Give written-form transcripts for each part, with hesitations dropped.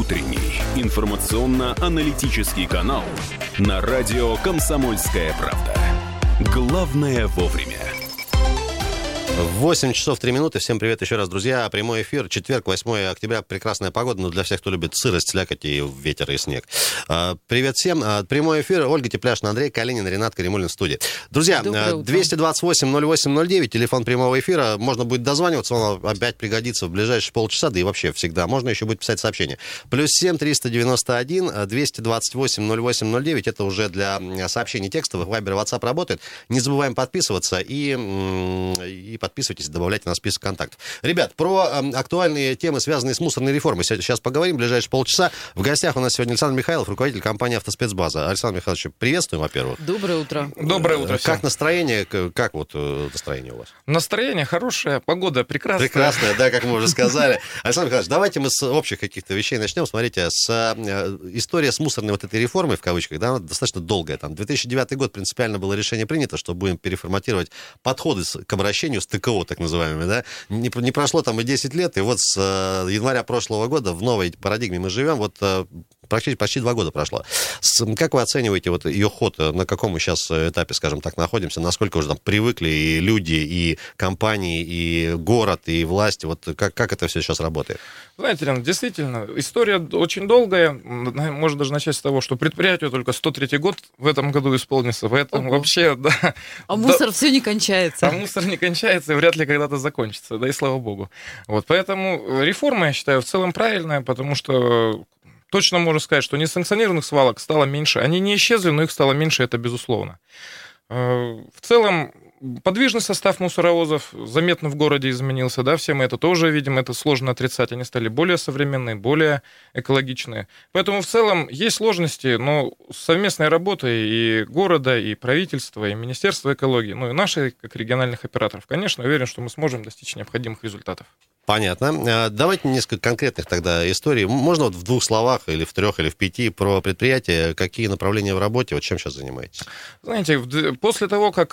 Утренний информационно-аналитический канал на радио «Комсомольская правда». Главное вовремя. 8 часов 3 минуты. Всем привет еще раз, друзья. Прямой эфир. Четверг, 8 октября. Прекрасная погода, но для всех, кто любит сырость, слякоть и ветер и снег. Привет всем. Прямой эфир. Ольга Тепляшина, Андрей Калинин, Ренат Каримуллин в студии. Друзья, 228-08-09, телефон прямого эфира. Можно будет дозваниваться, он опять пригодится в ближайшие полчаса, да и вообще всегда. Можно еще будет писать сообщение. +7 391 228 08 09. Это уже для сообщений текстовых. Вайбер, WhatsApp работает. Не забываем подписываться и подписывайтесь, добавляйте на список контактов. Ребят, про актуальные темы, связанные с мусорной реформой, сейчас поговорим в ближайшие полчаса. В гостях у нас сегодня Александр Михайлов, руководитель компании «Автоспецбаза». Александр Михайлович, приветствуем, во-первых. Доброе утро. Доброе утро всем. Как настроение? Как вот настроение у вас? Настроение хорошее, погода прекрасная. Прекрасная, да, как мы уже сказали. Александр Михайлович, давайте мы с общих каких-то вещей начнем. Смотрите, история с мусорной вот этой реформой, в кавычках, да, она достаточно долгая. Там 2009 год принципиально было решение принято, что будем переформатировать подходы к обращению с ТКО, так называемыми, да. Не прошло там и 10 лет, и вот с января прошлого года в новой парадигме мы живем, вот почти 2 года прошло. Как вы оцениваете вот ее ход, на каком мы сейчас этапе, скажем так, находимся, насколько уже там привыкли и люди, и компании, и город, и власти, вот как это все сейчас работает? Знаете, Лен, действительно, история очень долгая, можно даже начать с того, что предприятию только 103-й год в этом году исполнится, поэтому вообще, да. А мусор все не кончается. А мусор не кончается и вряд ли когда-то закончится, да и слава богу. Вот, поэтому реформа, я считаю, в целом правильная, потому что точно можно сказать, что несанкционированных свалок стало меньше. Они не исчезли, но их стало меньше, это безусловно. В целом, подвижный состав мусоровозов заметно в городе изменился, да, все мы это тоже видим, это сложно отрицать, они стали более современные, более экологичные. Поэтому в целом есть сложности, но с совместной работой и города, и правительства, и Министерства экологии, ну и нашей, как региональных операторов, конечно, уверен, что мы сможем достичь необходимых результатов. Понятно. Давайте несколько конкретных тогда историй. Можно вот в 2 словах, или в 3, или в 5 про предприятие, какие направления в работе, вот чем сейчас занимаетесь? Знаете, после того, как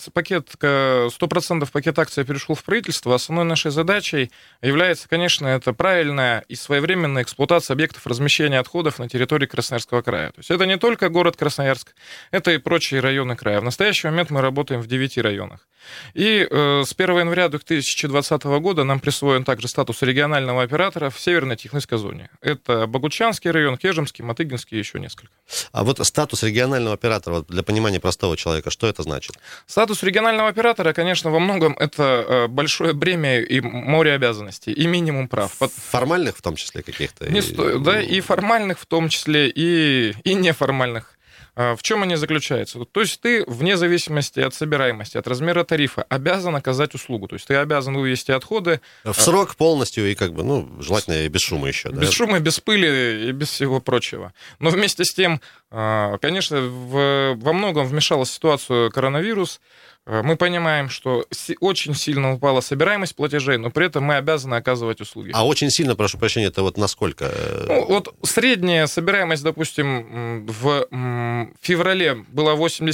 100% пакет акций перешел в правительство, основной нашей задачей является, конечно, это правильная и своевременная эксплуатация объектов размещения отходов на территории Красноярского края. То есть это не только город Красноярск, это и прочие районы края. В настоящий момент мы работаем в 9 районах. И с 1 января 2020 года нам присвоен также статус регионального оператора в Северной Тихвинской зоне. Это Богучанский район, Кежемский, Матыгинский и еще несколько. А вот статус регионального оператора, вот для понимания простого человека, что это значит? Статус регионального оператора, конечно, во многом это большое бремя и море обязанностей, и минимум прав. Формальных в том числе каких-то? Да, и формальных в том числе, и неформальных. В чем они заключаются? То есть ты, вне зависимости от собираемости, от размера тарифа, обязан оказать услугу. То есть ты обязан вывести отходы. В срок полностью и желательно и без шума еще. Без шума, без пыли и без всего прочего. Но вместе с тем, конечно, во многом вмешалась в ситуацию коронавирус. Мы понимаем, что очень сильно упала собираемость платежей, но при этом мы обязаны оказывать услуги. А очень сильно, прошу прощения, это вот насколько? Вот средняя собираемость, допустим, в феврале была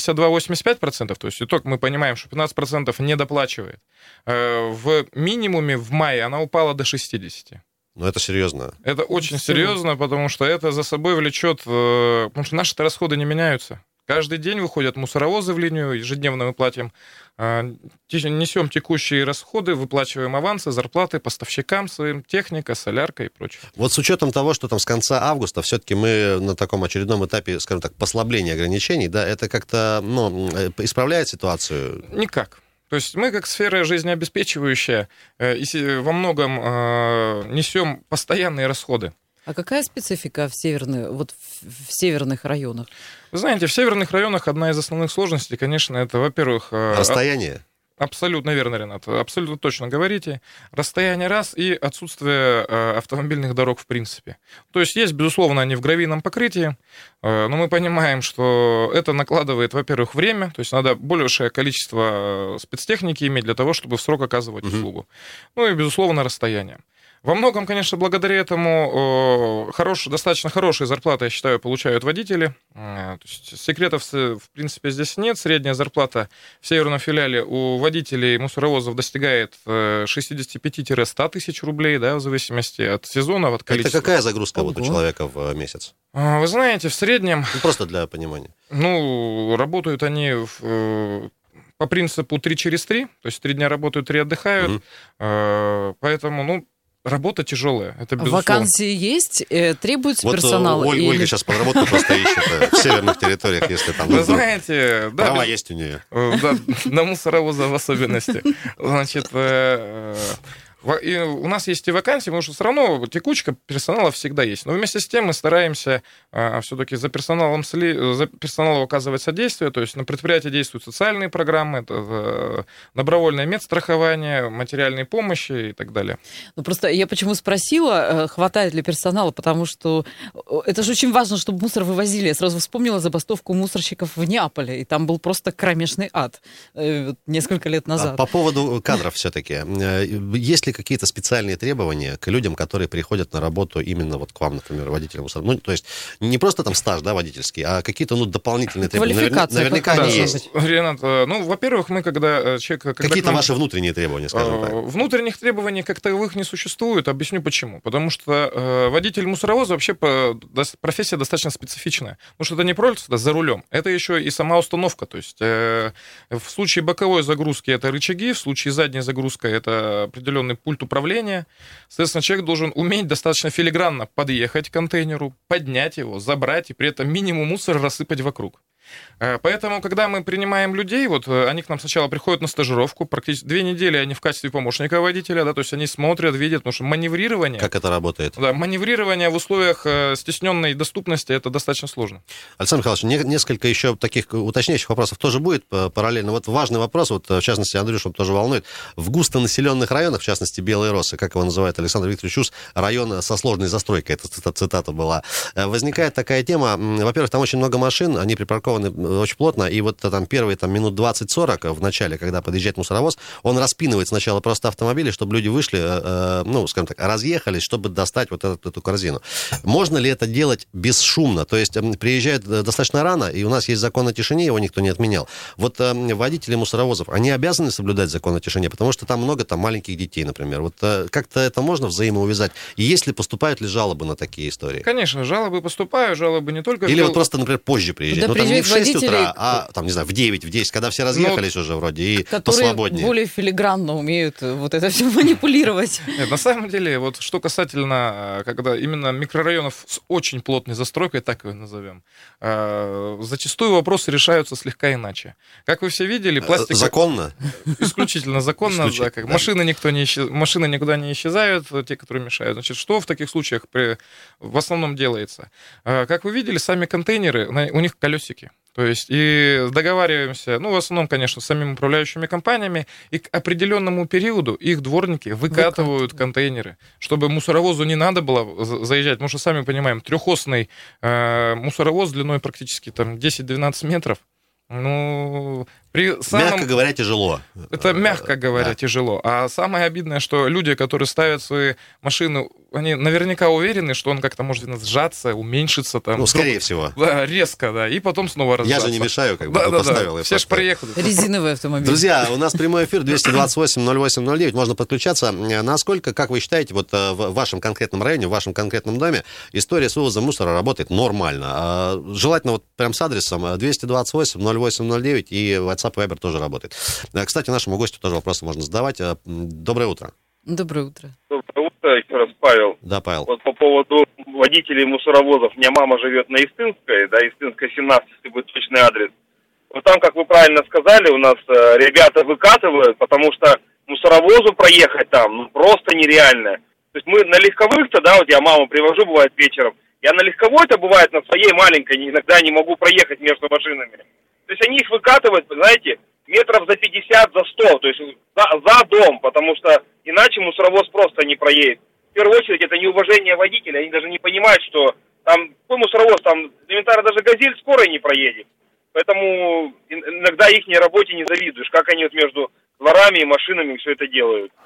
82-85%, то есть итог мы понимаем, что 15% не доплачивает. В минимуме в мае она упала до 60%. Ну, это серьезно. Это очень серьезно, потому что это за собой влечет, потому что наши расходы не меняются. Каждый день выходят мусоровозы в линию, ежедневно мы платим, несем текущие расходы, выплачиваем авансы, зарплаты поставщикам своим, техника, солярка и прочее. Вот с учетом того, что там с конца августа все-таки мы на таком очередном этапе, скажем так, послабления ограничений, да, это как-то, исправляет ситуацию? Никак. То есть мы, как сфера жизнеобеспечивающая, во многом несем постоянные расходы. А какая специфика в северных районах? Вы знаете, в северных районах одна из основных сложностей, конечно, это, во-первых... Расстояние? Абсолютно верно, Ренат. Абсолютно точно говорите. Расстояние раз и отсутствие автомобильных дорог в принципе. То есть есть, безусловно, они в гравийном покрытии, но мы понимаем, что это накладывает, во-первых, время, то есть надо большее количество спецтехники иметь для того, чтобы в срок оказывать услугу. Ну и, безусловно, расстояние. Во многом, конечно, благодаря этому достаточно хорошие зарплаты, я считаю, получают водители. То есть секретов, в принципе, здесь нет. Средняя зарплата в северном филиале у водителей мусоровозов достигает 65-100 тысяч рублей, да, в зависимости от сезона, от количества. Это какая загрузка вот у человека в месяц? Вы знаете, в среднем... Просто для понимания. Работают они по принципу 3 через 3, то есть 3 дня работают, 3 отдыхают. Поэтому, работа тяжелая, это безусловно. Вакансии есть, требуется персонал? Ольга сейчас подработку просто ищет в северных территориях, если там... Вы знаете... Права есть у нее. Да, на мусоровоза в особенности. Значит... И у нас есть и вакансии, потому что все равно текучка персонала всегда есть. Но вместе с тем мы стараемся все-таки за персоналом оказывать содействие. То есть на предприятии действуют социальные программы, это добровольное медстрахование, материальные помощи и так далее. Просто я почему спросила, хватает ли персонала, потому что это же очень важно, чтобы мусор вывозили. Я сразу вспомнила забастовку мусорщиков в Неаполе, и там был просто кромешный ад несколько лет назад. По поводу кадров все-таки. Есть ли какие-то специальные требования к людям, которые приходят на работу именно вот к вам, например, водителям мусора? То есть не просто там стаж, да, водительский, а какие-то, дополнительные требования. Наверняка они есть. Ренат, во-первых, мы когда человек... Какие-то ваши внутренние требования, скажем так? Внутренних требований как таковых не существует. Объясню почему. Потому что водитель мусоровоза вообще профессия достаточно специфичная. Потому что это не просто за рулем, это еще и сама установка. То есть в случае боковой загрузки это рычаги, в случае задней загрузки это определенный пульт управления. Соответственно, человек должен уметь достаточно филигранно подъехать к контейнеру, поднять его, забрать и при этом минимум мусора рассыпать вокруг. Поэтому, когда мы принимаем людей, они к нам сначала приходят на стажировку, практически 2 недели они в качестве помощника водителя, да, то есть они смотрят, видят, потому что маневрирование... Как это работает? Да, маневрирование в условиях стесненной доступности, это достаточно сложно. Александр Михайлович, несколько еще таких уточняющих вопросов тоже будет параллельно. Важный вопрос, в частности, Андрюшу тоже волнует. В густонаселенных районах, в частности, Белые Росы, как его называет Александр Викторович Ус, район со сложной застройкой, это цитата была, возникает такая тема, во-первых, там очень много машин, они припаркованы очень плотно, и там первые минут 20-40 в начале, когда подъезжает мусоровоз, он распинывает сначала просто автомобили, чтобы люди вышли, скажем так, разъехались, чтобы достать эту корзину. Можно ли это делать бесшумно? То есть приезжают достаточно рано, и у нас есть закон о тишине, его никто не отменял. Водители мусоровозов, они обязаны соблюдать закон о тишине, потому что там много маленьких детей, например. Как-то это можно взаимоувязать? И если поступают ли жалобы на такие истории? Конечно, жалобы поступают, жалобы не только... Или просто, например, позже приезжать. Не в 6 утра, а не знаю, в 9, в 10, когда все разъехались уже вроде и посвободнее. Которые более филигранно умеют это все манипулировать. Нет, на самом деле, что касательно, когда именно микрорайонов с очень плотной застройкой, так его назовем, зачастую вопросы решаются слегка иначе. Как вы все видели, пластик... Законно? Исключительно законно. Да. Машины никуда не исчезают, те, которые мешают. Значит, что в таких случаях в основном делается? Как вы видели, сами контейнеры, у них колесики. То есть и договариваемся, в основном, конечно, с самими управляющими компаниями, и к определенному периоду их дворники выкатывают контейнеры, чтобы мусоровозу не надо было заезжать, потому что, сами понимаем, трехосный мусоровоз длиной практически 10-12 метров, мягко говоря, тяжело. Это, мягко говоря, тяжело. А самое обидное, что люди, которые ставят свои машины, они наверняка уверены, что он как-то может сжаться, уменьшиться. Скорее всего. Да, резко, да, и потом снова разжаться. Я же не мешаю, поставил. Да. Все же проехали. Резиновый автомобиль. Друзья, у нас прямой эфир 228-08-09, можно подключаться. Насколько, как вы считаете, в вашем конкретном районе, в вашем конкретном доме история с вывозом мусора работает нормально? Желательно прям с адресом 228-08-09 и WhatsApp и Viber тоже работает. Кстати, нашему гостю тоже вопросы можно задавать. Доброе утро. Доброе утро. Доброе утро, еще раз, Павел. Да, Павел. По поводу водителей мусоровозов. У меня мама живет на Истинской, Истинская 17, если будет точный адрес. Там, как вы правильно сказали, у нас ребята выкатывают, потому что мусоровозу проехать там просто нереально. То есть мы на легковых-то, я маму привожу, бывает, вечером. Я на легковой-то, бывает, на своей маленькой иногда не могу проехать между машинами. То есть они их выкатывают, знаете, метров за 50, за 100, то есть за дом, потому что иначе мусоровоз просто не проедет. В первую очередь это неуважение водителя, они даже не понимают, что там какой мусоровоз, там элементарно даже «Газель» скорой не проедет. Поэтому иногда их работе не завидуешь, как они между дворами и машинами все это делают.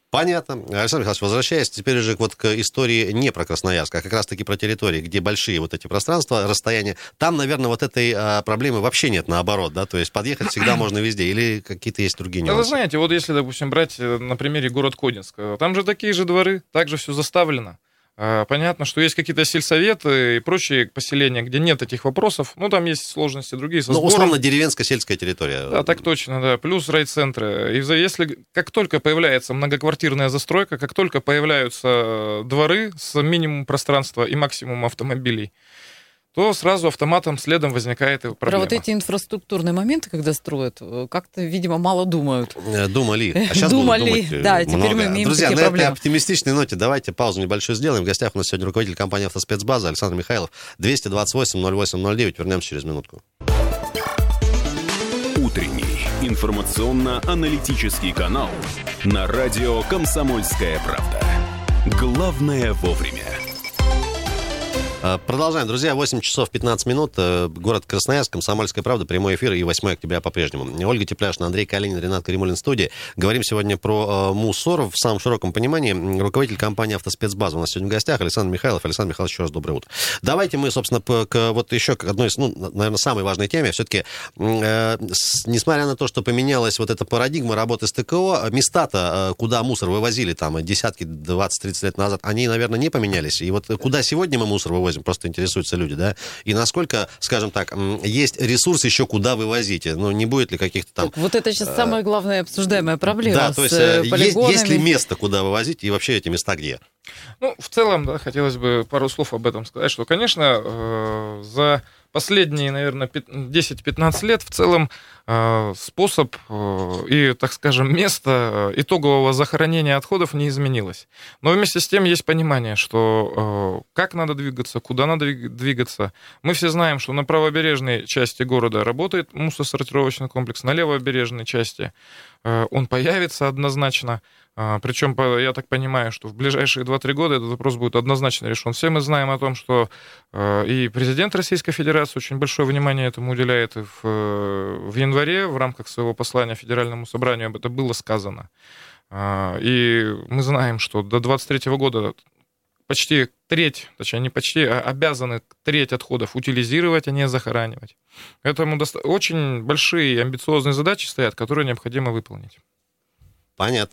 Понятно. Александр Михайлович, возвращаясь теперь уже вот к истории не про Красноярск, а как раз-таки про территории, где большие вот эти пространства, расстояния, там, наверное, вот этой проблемы вообще нет, наоборот, да, то есть подъехать всегда можно везде, или какие-то есть другие нюансы? Вы знаете, вот если, допустим, брать на примере город Кодинск, там же такие же дворы, также все заставлено. Понятно, что есть какие-то сельсоветы и прочие поселения, где нет этих вопросов. Ну, там есть сложности другие со сбором. Условно, деревенская сельская территория. Да, так точно, да. Плюс райцентры. И если как только появляется многоквартирная застройка, как только появляются дворы с минимумом пространства и максимумом автомобилей, то сразу автоматом следом возникает и проблема. Про вот эти инфраструктурные моменты, когда строят, как-то, видимо, мало думают. Думали. А сейчас Думали, будут думать да, теперь много. мы имеем Друзья, такие на проблемы. этой оптимистичной ноте давайте паузу небольшую сделаем. В гостях у нас сегодня руководитель компании «Автоспецбаза» Александр Михайлов. 228-08-09. Вернемся через минутку. Утренний информационно-аналитический канал на радио «Комсомольская правда». Главное вовремя. Продолжаем, друзья. 8 часов 15 минут. Город Красноярск, «Комсомольская правда», прямой эфир и 8 октября по-прежнему. Ольга Тепляшина, Андрей Калинин, Ренат Каримуллин в студии. Говорим сегодня про мусор в самом широком понимании. Руководитель компании «Автоспецбаза» у нас сегодня в гостях. Александр Михайлов. Александр Михайлович, еще раз доброе утро. Давайте мы, собственно, вот еще к одной из, наверное, самой важной теме. Все-таки, несмотря на то, что поменялась вот эта парадигма работы с ТКО, места-то, куда мусор вывозили там десятки, 20-30 лет назад, они, наверное, не поменялись. И вот куда сегодня мы мусор вывозим, просто интересуются люди, да, и насколько, скажем так, есть ресурс еще куда вывозить, ну, не будет ли каких-то там... Так, вот это сейчас самая главная обсуждаемая проблема. Да, то есть есть ли место, куда вывозить, и вообще эти места где? Ну, в целом, да, хотелось бы пару слов об этом сказать, что, конечно, за последние, наверное, 10-15 лет в целом способ и, так скажем, место итогового захоронения отходов не изменилось. Но вместе с тем есть понимание, что как надо двигаться, куда надо двигаться. Мы все знаем, что на правобережной части города работает мусоросортировочный комплекс, на левобережной части он появится однозначно. Причем, я так понимаю, что в ближайшие 2-3 года этот вопрос будет однозначно решен. Все мы знаем о том, что и президент Российской Федерации очень большое внимание этому уделяет. И в январе в рамках своего послания Федеральному собранию об этом было сказано. И мы знаем, что до 2023 года почти треть, точнее не почти, а обязаны треть отходов утилизировать, а не захоранивать. Поэтому очень большие и амбициозные задачи стоят, которые необходимо выполнить. Понятно.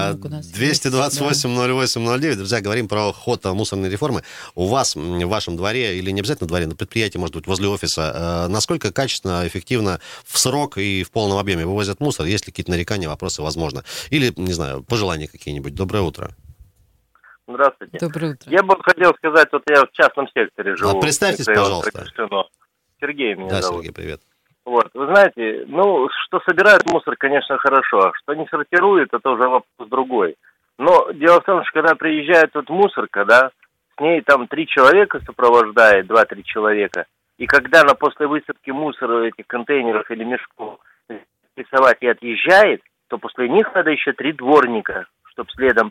228-08-09. Друзья, говорим про ход мусорной реформы. У вас, в вашем дворе, или не обязательно в дворе, на предприятии, может быть, возле офиса, насколько качественно, эффективно, в срок и в полном объеме вывозят мусор? Есть ли какие-то нарекания, вопросы, возможно? Или, не знаю, пожелания какие-нибудь? Доброе утро. Здравствуйте. Доброе утро. Я бы хотел сказать, вот я в частном секторе живу. Представьтесь, пожалуйста. Сергей меня Да, зовут. Сергей, привет. Вот, вы знаете, ну, что собирают мусор, конечно, хорошо. Что не сортируют, это уже вопрос другой. Но дело в том, что когда приезжает вот мусорка, да, с ней там 3 человека сопровождает, 2-3 человека. И когда она после высадки мусора этих контейнеров или мешков рисовать и отъезжает, то после них надо еще 3 дворника, чтобы следом...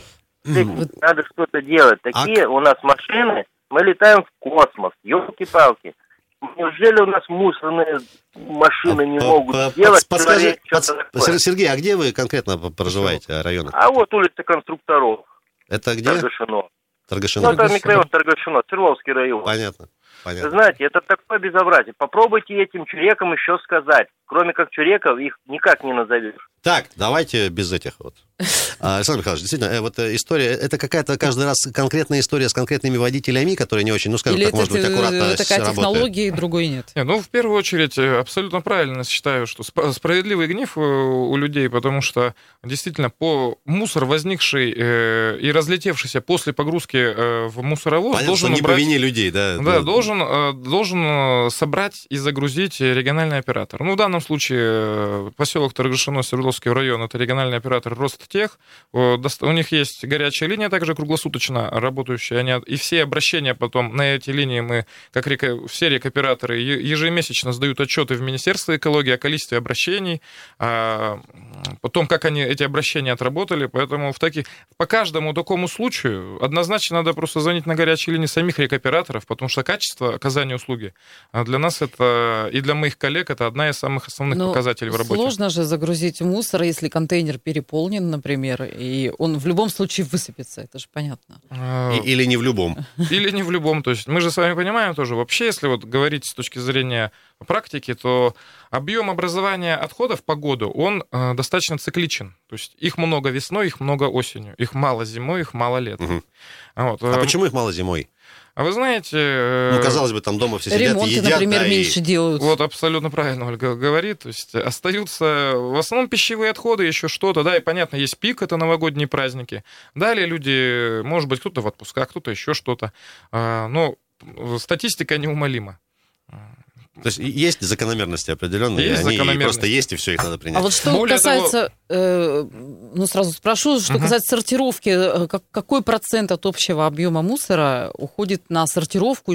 Надо что-то делать. Такие у нас машины, мы летаем в космос, елки-палки. Неужели у нас мусорные машины не могут сделать? Сергей, а где вы конкретно проживаете, район? А вот улица Конструкторов. Это где? Торгашино. Торгашино. Ну, это микрорайон Торгашино, Свердловский район. Понятно. Знаете, это такое безобразие. Попробуйте этим чурекам еще сказать. Кроме как чуреков, их никак не назовешь. Так, давайте без этих вот. Александр Михайлович, действительно, вот история, это какая-то каждый раз конкретная история с конкретными водителями, которые не очень, ну, скажем так, может быть, аккуратно или такая работают. технология, и другой нет? Ну, в первую очередь, абсолютно правильно считаю, что справедливый гнев у людей, потому что действительно мусор, возникший и разлетевшийся после погрузки в мусоровоз, понятно, должен что не по вине людей, да? Да, должен собрать и загрузить региональный оператор. Ну, в данном случае поселок Торгашино, Свердловский район, это региональный оператор Росттех. У них есть горячая линия, также круглосуточно работающая. И все обращения потом на эти линии мы, как все рекоператоры, ежемесячно сдают отчеты в Министерство экологии о количестве обращений, потом, как они эти обращения отработали. Поэтому по каждому такому случаю однозначно надо просто звонить на горячие линии самих рекоператоров, потому что качество оказания услуги для нас это, и для моих коллег, это одна из самых основных показателей в работе. Сложно же загрузить мусор мусор, если контейнер переполнен, например, и он в любом случае высыпется, это же понятно. Или не в любом. Или не в любом. То есть мы же с вами понимаем тоже, вообще, если вот говорить с точки зрения практики, то объем образования отходов по году, он достаточно цикличен. То есть их много весной, их много осенью. Их мало зимой, их мало летом. Угу. Вот. А почему их мало зимой? А вы знаете... Ну, казалось бы, там дома все сидят, ремонты, едят, например, да, меньше делают. Вот абсолютно правильно Ольга говорит. То есть остаются в основном пищевые отходы, еще что-то. Да, и понятно, есть пик, это новогодние праздники. Далее люди, может быть, кто-то в отпусках, кто-то еще что-то. Но статистика неумолима. То есть есть закономерности определенные, есть они закономерности. просто есть, и все, их надо принять. А вот что Более касается, сразу спрошу, что касается сортировки, какой процент от общего объема мусора уходит на сортировку, и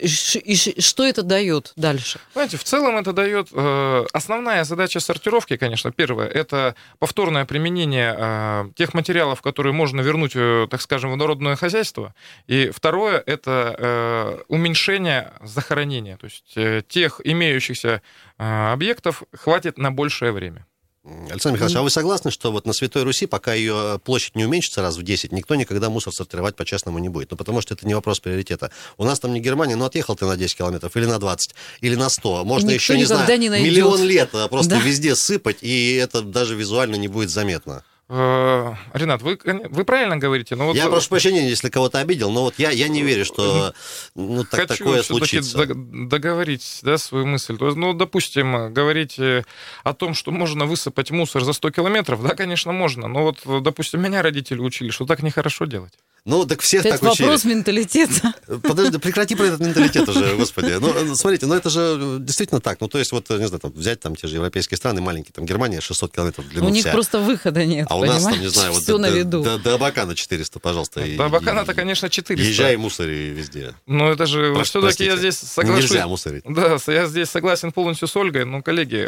что это дает дальше? Знаете, в целом это дает... Основная задача сортировки, конечно, первое, это повторное применение тех материалов, которые можно вернуть, так скажем, в народное хозяйство. И второе, это уменьшение захоронения. То есть тех имеющихся объектов хватит на большее время. Александр Михайлович, а вы согласны, что вот на Святой Руси, пока ее площадь не уменьшится раз в 10, никто никогда мусор сортировать по-честному не будет? Ну, потому что это не вопрос приоритета. У нас там не Германия, но отъехал ты на 10 километров, или на 20, или на 100. Можно еще, не знаю, миллион лет просто везде сыпать, и это даже визуально не будет заметно. Ренат, вы правильно говорите. Но вот... Я прошу прощения, если кого-то обидел, но вот я не верю, что такое случится. Хочу договорить, да, свою мысль. То есть, ну, допустим, говорить о том, что можно высыпать мусор за 100 километров, да, конечно, можно. Но вот, допустим, меня родители учили, что так нехорошо делать. Ну, так всех это так учили. Это вопрос менталитета. Подожди, прекрати про этот менталитет уже, господи. Ну, смотрите, ну это же действительно так. Ну, то есть, вот, не знаю, там, взять там те же европейские страны маленькие, там, Германия 600 километров в длину. У них вся. просто выхода нет, а у нас там, не знаю, вот все на виду. До Абакана 400, пожалуйста. До Абакана-то, конечно, 400. Езжай, мусори везде. Но это же, все-таки я здесь соглашусь. Нельзя мусорить. Да, я здесь согласен полностью с Ольгой. Ну, коллеги,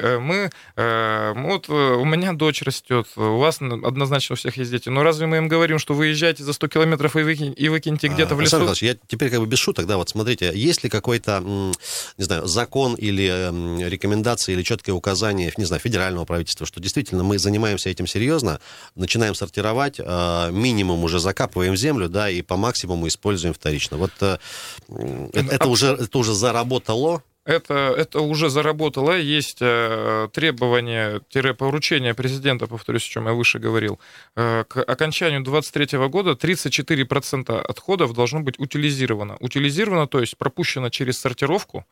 вот у меня дочь растет, у вас однозначно у всех есть дети. Но разве мы им говорим, что вы езжайте за 100 километров и выкиньте где-то в лесу? Александр Михайлович, я теперь как бы без шуток, да, вот смотрите, есть ли какой-то, не знаю, закон или рекомендации, или четкое указание, не знаю, федерального правительства, что действительно мы занимаемся этим серьезно, начинаем сортировать, минимум уже закапываем в землю, да, и по максимуму используем вторично. Вот это уже заработало? Это уже заработало. Есть требования-поручения президента, повторюсь, о чем я выше говорил. К окончанию 2023 года 34% отходов должно быть утилизировано. Утилизировано, то есть пропущено через сортировку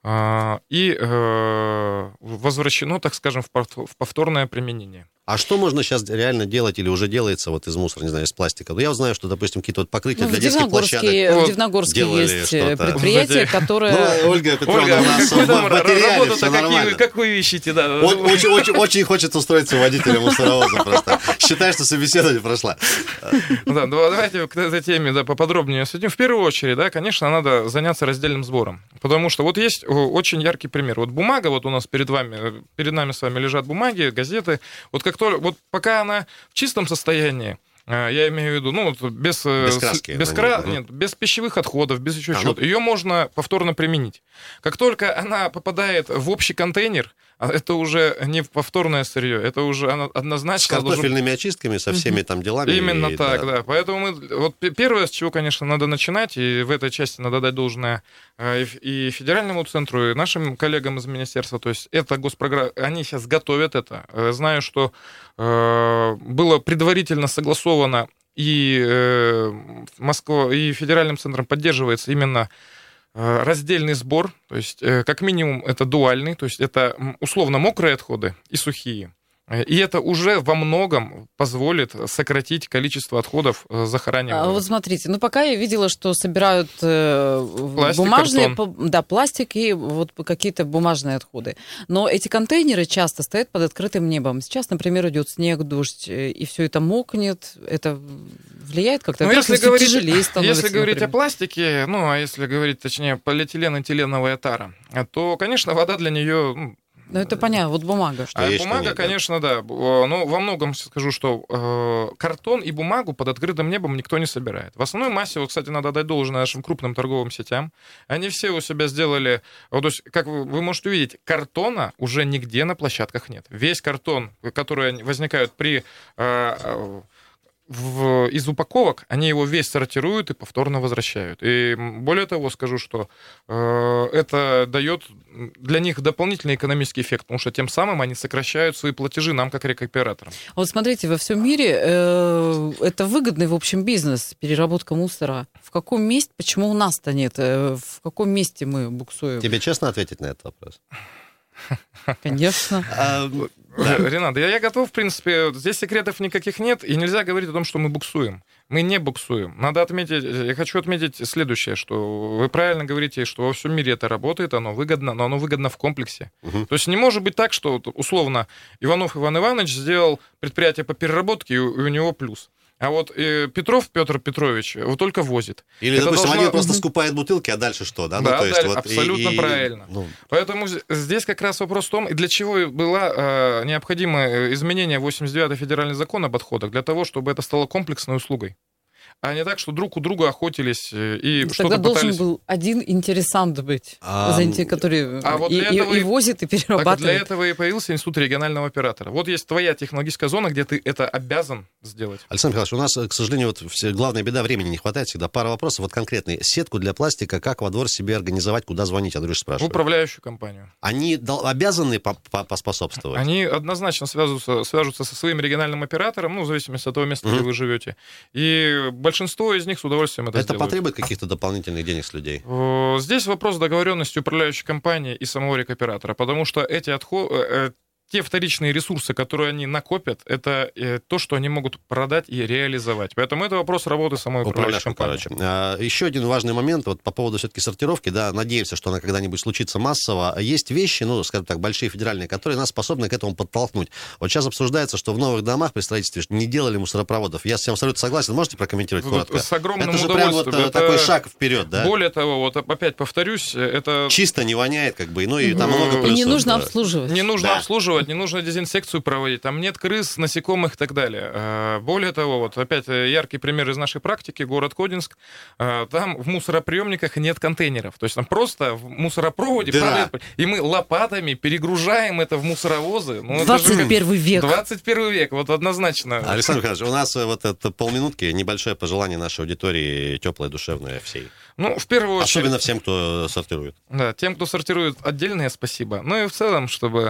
и возвращено, так скажем, в повторное применение. А что можно сейчас реально делать или уже делается вот из мусора, не знаю, из пластика? Ну, я знаю, что, допустим, какие-то вот покрытия для детских площадок. В Дивногорске есть предприятие, которое... Ну, Ольга Петровна, у нас в материале все нормально. Как вы ищете, да. Очень хочется устроиться водителем мусоровоза просто. Считай, что собеседование прошла. Да, давайте к этой теме поподробнее осветим. В первую очередь, да, конечно, надо заняться раздельным сбором. Потому что вот есть очень яркий пример. Вот бумага, вот у нас перед нами с вами лежат бумаги, газеты. Вот пока она в чистом состоянии, я имею в виду, ну, вот без краски, без пищевых отходов, без еще чего-то, ее можно повторно применить. Как только она попадает в общий контейнер, это уже не повторное сырье, это уже однозначно... С картофельными очистками, со всеми там делами. Именно так, да. Поэтому вот первое, с чего, конечно, надо начинать, и в этой части надо дать должное и федеральному центру, и нашим коллегам из министерства, то есть это госпрограмма, они сейчас готовят это. Знаю, что было предварительно согласовано и Москва, и федеральным центром поддерживается именно раздельный сбор, то есть как минимум это дуальный, то есть это условно мокрые отходы и сухие. И это уже во многом позволит сократить количество отходов захораниваемых. Вот смотрите, пока я видела, что собирают пластик, бумажные, пластик и вот какие-то бумажные отходы. Но эти контейнеры часто стоят под открытым небом. Сейчас, например, идет снег, дождь, и все это мокнет. Это влияет как-то? Если тяжелее становится. Если говорить о пластике, а если говорить, точнее, полиэтилен и этиленовая тара, то, конечно, вода для нее Ну, это понятно, вот бумага. Что есть, что бумага, нет, да. конечно, да. Ну, во многом скажу, что картон и бумагу под открытым небом никто не собирает. В основной массе, вот, кстати, надо дать должное нашим крупным торговым сетям, они все у себя сделали... Вот, то есть, как вы можете увидеть, картона уже нигде на площадках нет. Весь картон, который возникает при... из упаковок, они его весь сортируют и повторно возвращают. И более того, скажу, что это дает для них дополнительный экономический эффект, потому что тем самым они сокращают свои платежи нам, как рекоператорам. Вот смотрите, во всем мире это выгодный, в общем, бизнес, переработка мусора. В каком месте, почему у нас-то нет? В каком месте мы буксуем? Тебе честно ответить на этот вопрос? Конечно. Ренат, я готов, в принципе, здесь секретов никаких нет, и нельзя говорить о том, что мы буксуем. Мы не буксуем. Надо отметить, я хочу отметить следующее, что вы правильно говорите, что во всем мире это работает, оно выгодно, но оно выгодно в комплексе. То есть не может быть так, что, условно, Иванов Иван Иванович сделал предприятие по переработке, и у него плюс. А вот Петров Петр Петрович вот только возит. Или, Это допустим, должно... один просто скупает бутылки, а дальше что? Да, Да, ну, то есть, дальше, вот, абсолютно правильно. Ну... Поэтому здесь как раз вопрос в том, для чего было необходимо изменение 89-й федеральный закон об отходах, для того, чтобы это стало комплексной услугой. А не так, что друг у друга охотились и что-то Тогда пытались... должен был один интересант быть, который вот и возит, и Так перерабатывает. для этого и появился институт регионального оператора. Вот есть твоя технологическая зона, где ты это обязан сделать. Александр Михайлович, у нас, к сожалению, вот главная беда, времени не хватает всегда. Пара вопросов. Вот конкретный. Сетку для пластика как во двор себе организовать, куда звонить? Андрюш В спрашивает. управляющую компанию. Они обязаны поспособствовать? Они однозначно свяжутся со своим региональным оператором, ну, в зависимости от того места, где вы живете. И большинство из них с удовольствием это сделают. потребует каких-то дополнительных денег с людей? Здесь вопрос договоренности управляющей компании и самого рекоператора, потому что эти те вторичные ресурсы, которые они накопят, это то, что они могут продать и реализовать. Поэтому это вопрос работы самой управляющей компании. Еще один важный момент вот по поводу все-таки сортировки. Да, надеемся, что она когда-нибудь случится массово. Есть вещи, ну, скажем так, большие федеральные, которые нас способны к этому подтолкнуть. Вот сейчас обсуждается, что в новых домах при строительстве не делали мусоропроводов. Я с этим абсолютно согласен. Можете прокомментировать коротко? С огромным это же удовольствием. прям вот такой шаг вперед, да? Более того, вот опять повторюсь, это... Чисто не воняет, как бы, ну и там много плюсов. И не нужно обслуживать. Не нужно обслуживать, не нужно дезинфекцию проводить, там нет крыс, насекомых и так далее. Более того, вот опять яркий пример из нашей практики, город Кодинск, там в мусороприемниках нет контейнеров, то есть там просто в мусоропроводе падает, и мы лопатами перегружаем это в мусоровозы. 21 век. 21 век, вот однозначно. Александр Михайлович, у нас вот это полминутки, небольшое пожелание нашей аудитории, теплое, душевное всей. Ну, в первую очередь... Особенно всем, кто сортирует. Да, тем, кто сортирует, отдельное спасибо. Ну и в целом, чтобы,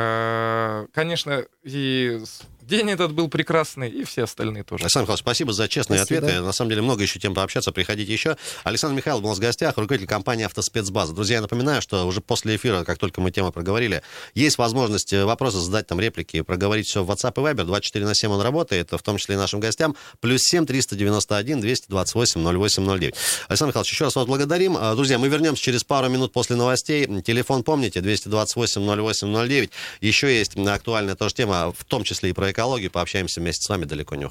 конечно, и день этот был прекрасный, и все остальные тоже. Александр Михайлович, спасибо за честные ответы. На самом деле много еще тем пообщаться, приходите еще. Александр Михайлов был у нас в гостях, руководитель компании «Автоспецбаза». Друзья, я напоминаю, что уже после эфира, как только мы тему проговорили, есть возможность вопросы задать, там реплики, проговорить все в WhatsApp и Viber. 24/7 он работает, в том числе и нашим гостям. +7 391 228 0809. Александр Михайлович, еще раз вас благодарим. Друзья, мы вернемся через пару минут после новостей. Телефон помните, 228 0809. Еще есть актуальная тоже тема, в том числе и про экологию. Пообщаемся вместе с вами, далеко не уходите.